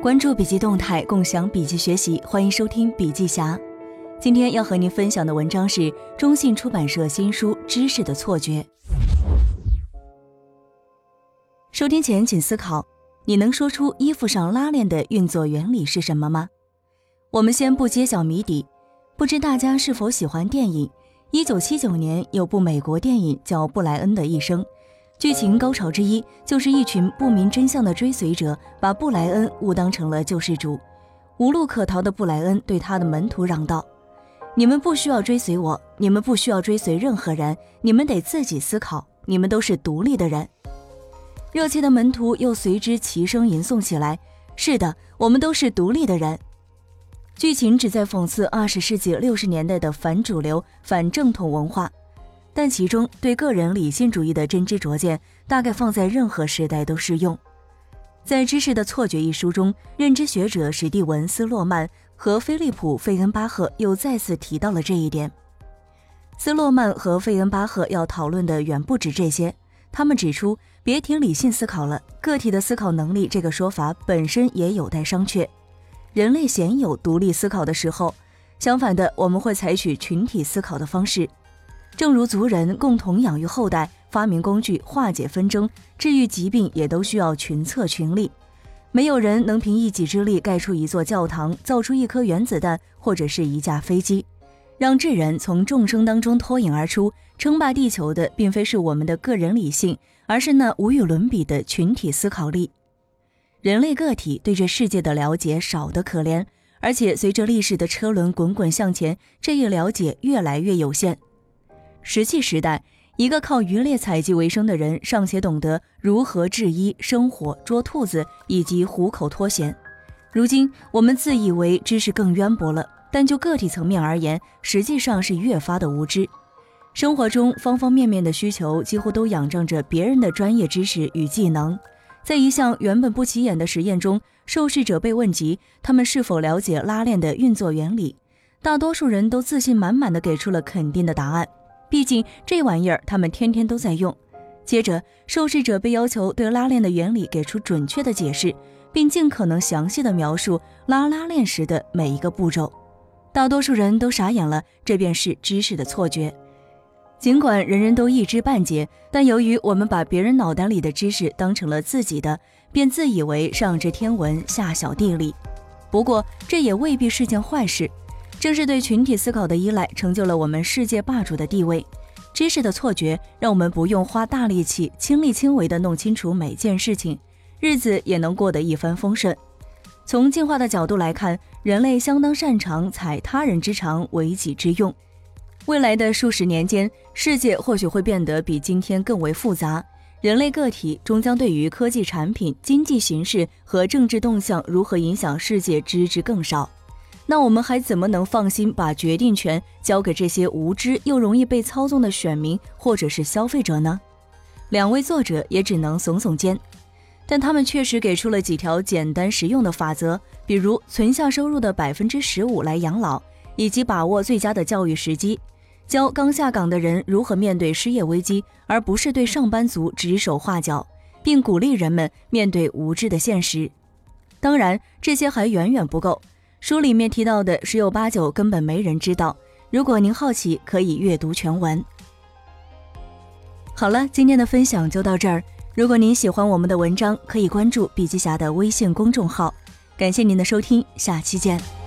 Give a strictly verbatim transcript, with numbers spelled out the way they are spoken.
关注笔记动态，共享笔记学习，欢迎收听笔记侠。今天要和您分享的文章是中信出版社新书《知识的错觉》。收听前请思考，你能说出衣服上拉链的运作原理是什么吗？我们先不揭晓谜底，不知大家是否喜欢电影？一九七九年有部美国电影叫《布莱恩的一生》，剧情高潮之一就是一群不明真相的追随者把布莱恩误当成了救世主。无路可逃的布莱恩对他的门徒嚷道：你们不需要追随我，你们不需要追随任何人，你们得自己思考，你们都是独立的人。热切的门徒又随之齐声吟诵起来：是的，我们都是独立的人。剧情旨在讽刺二十世纪六十年代的反主流、反正统文化，但其中对个人理性主义的真知灼见大概放在任何时代都适用。在《知识的错觉》一书中，认知学者史蒂文斯洛曼和菲利普费恩巴赫又再次提到了这一点。斯洛曼和费恩巴赫要讨论的远不止这些，他们指出，别提理性思考了，个体的思考能力这个说法本身也有待商榷。人类鲜有独立思考的时候，相反的，我们会采取群体思考的方式。正如族人共同养育后代、发明工具、化解纷争、治愈疾病也都需要群策群力。没有人能凭一己之力盖出一座教堂，造出一颗原子弹或者是一架飞机。让智人从众生当中脱颖而出，称霸地球的并非是我们的个人理性，而是那无与伦比的群体思考力。人类个体对这世界的了解少得可怜，而且随着历史的车轮滚滚向前，这一了解越来越有限。石器时代，一个靠渔猎采集为生的人尚且懂得如何制衣、生火、捉兔子以及虎口脱险。如今我们自以为知识更渊博了，但就个体层面而言，实际上是越发的无知。生活中方方面面的需求几乎都仰仗着别人的专业知识与技能。在一项原本不起眼的实验中，受试者被问及他们是否了解拉链的运作原理，大多数人都自信满满地给出了肯定的答案，毕竟这玩意儿他们天天都在用。接着，受试者被要求对拉链的原理给出准确的解释，并尽可能详细地描述拉拉链时的每一个步骤。大多数人都傻眼了，这便是知识的错觉。尽管人人都一知半解，但由于我们把别人脑袋里的知识当成了自己的，便自以为上知天文下晓地理。不过这也未必是件坏事，正是对群体思考的依赖成就了我们世界霸主的地位。知识的错觉让我们不用花大力气，亲力亲为地弄清楚每件事情，日子也能过得一帆风顺。从进化的角度来看，人类相当擅长采他人之长为己之用。未来的数十年间，世界或许会变得比今天更为复杂，人类个体终将对于科技产品、经济形势和政治动向如何影响世界知之更少。那我们还怎么能放心把决定权交给这些无知又容易被操纵的选民或者是消费者呢？两位作者也只能耸耸肩，但他们确实给出了几条简单实用的法则，比如存下收入的 百分之十五 来养老，以及把握最佳的教育时机，教刚下岗的人如何面对失业危机，而不是对上班族指手画脚，并鼓励人们面对无知的现实。当然，这些还远远不够，书里面提到的十有八九根本没人知道。如果您好奇，可以阅读全文。好了，今天的分享就到这儿。如果您喜欢我们的文章，可以关注笔记侠的微信公众号。感谢您的收听，下期见。